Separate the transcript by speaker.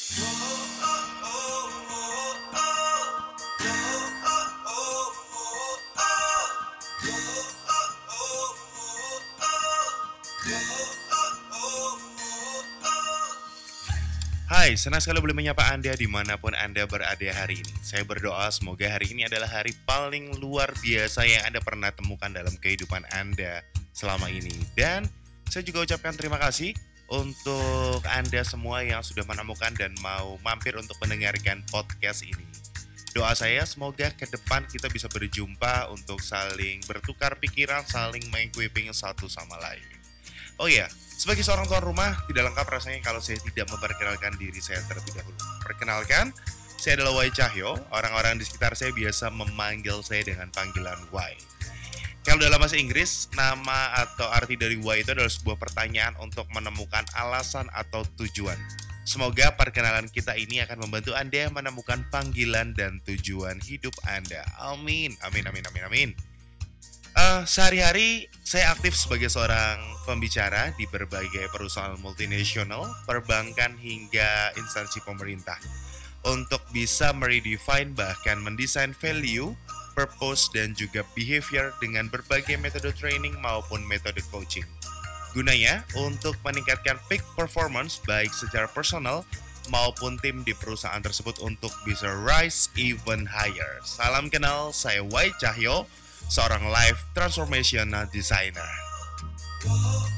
Speaker 1: Hai, senang sekali boleh menyapa Anda dimanapun Anda berada hari ini. Saya berdoa semoga hari ini adalah hari paling luar biasa yang Anda pernah temukan dalam kehidupan Anda selama ini. Dan saya juga ucapkan terima kasih untuk Anda semua yang sudah menemukan dan mau mampir untuk mendengarkan podcast ini. Doa saya semoga ke depan kita bisa berjumpa untuk saling bertukar pikiran, saling mengequipping satu sama lain. Oh iya, sebagai seorang tuan rumah, tidak lengkap rasanya kalau saya tidak memperkenalkan diri saya terlebih dahulu. Perkenalkan, saya adalah Y Cahyo. Orang-orang di sekitar saya biasa memanggil saya dengan panggilan Y. Kalau dalam bahasa Inggris, nama atau arti dari Y itu adalah sebuah pertanyaan untuk menemukan alasan atau tujuan. Semoga perkenalan kita ini akan membantu Anda menemukan panggilan dan tujuan hidup Anda. Amin, amin, amin, amin, amin. Sehari-hari saya aktif sebagai seorang pembicara di berbagai perusahaan multinasional, perbankan hingga instansi pemerintah untuk bisa meredefine bahkan mendesain value, purpose dan juga behavior dengan berbagai metode training maupun metode coaching. Gunanya untuk meningkatkan peak performance baik secara personal maupun tim di perusahaan tersebut untuk bisa rise even higher. Salam kenal, saya Y Cahyo, seorang life transformational designer.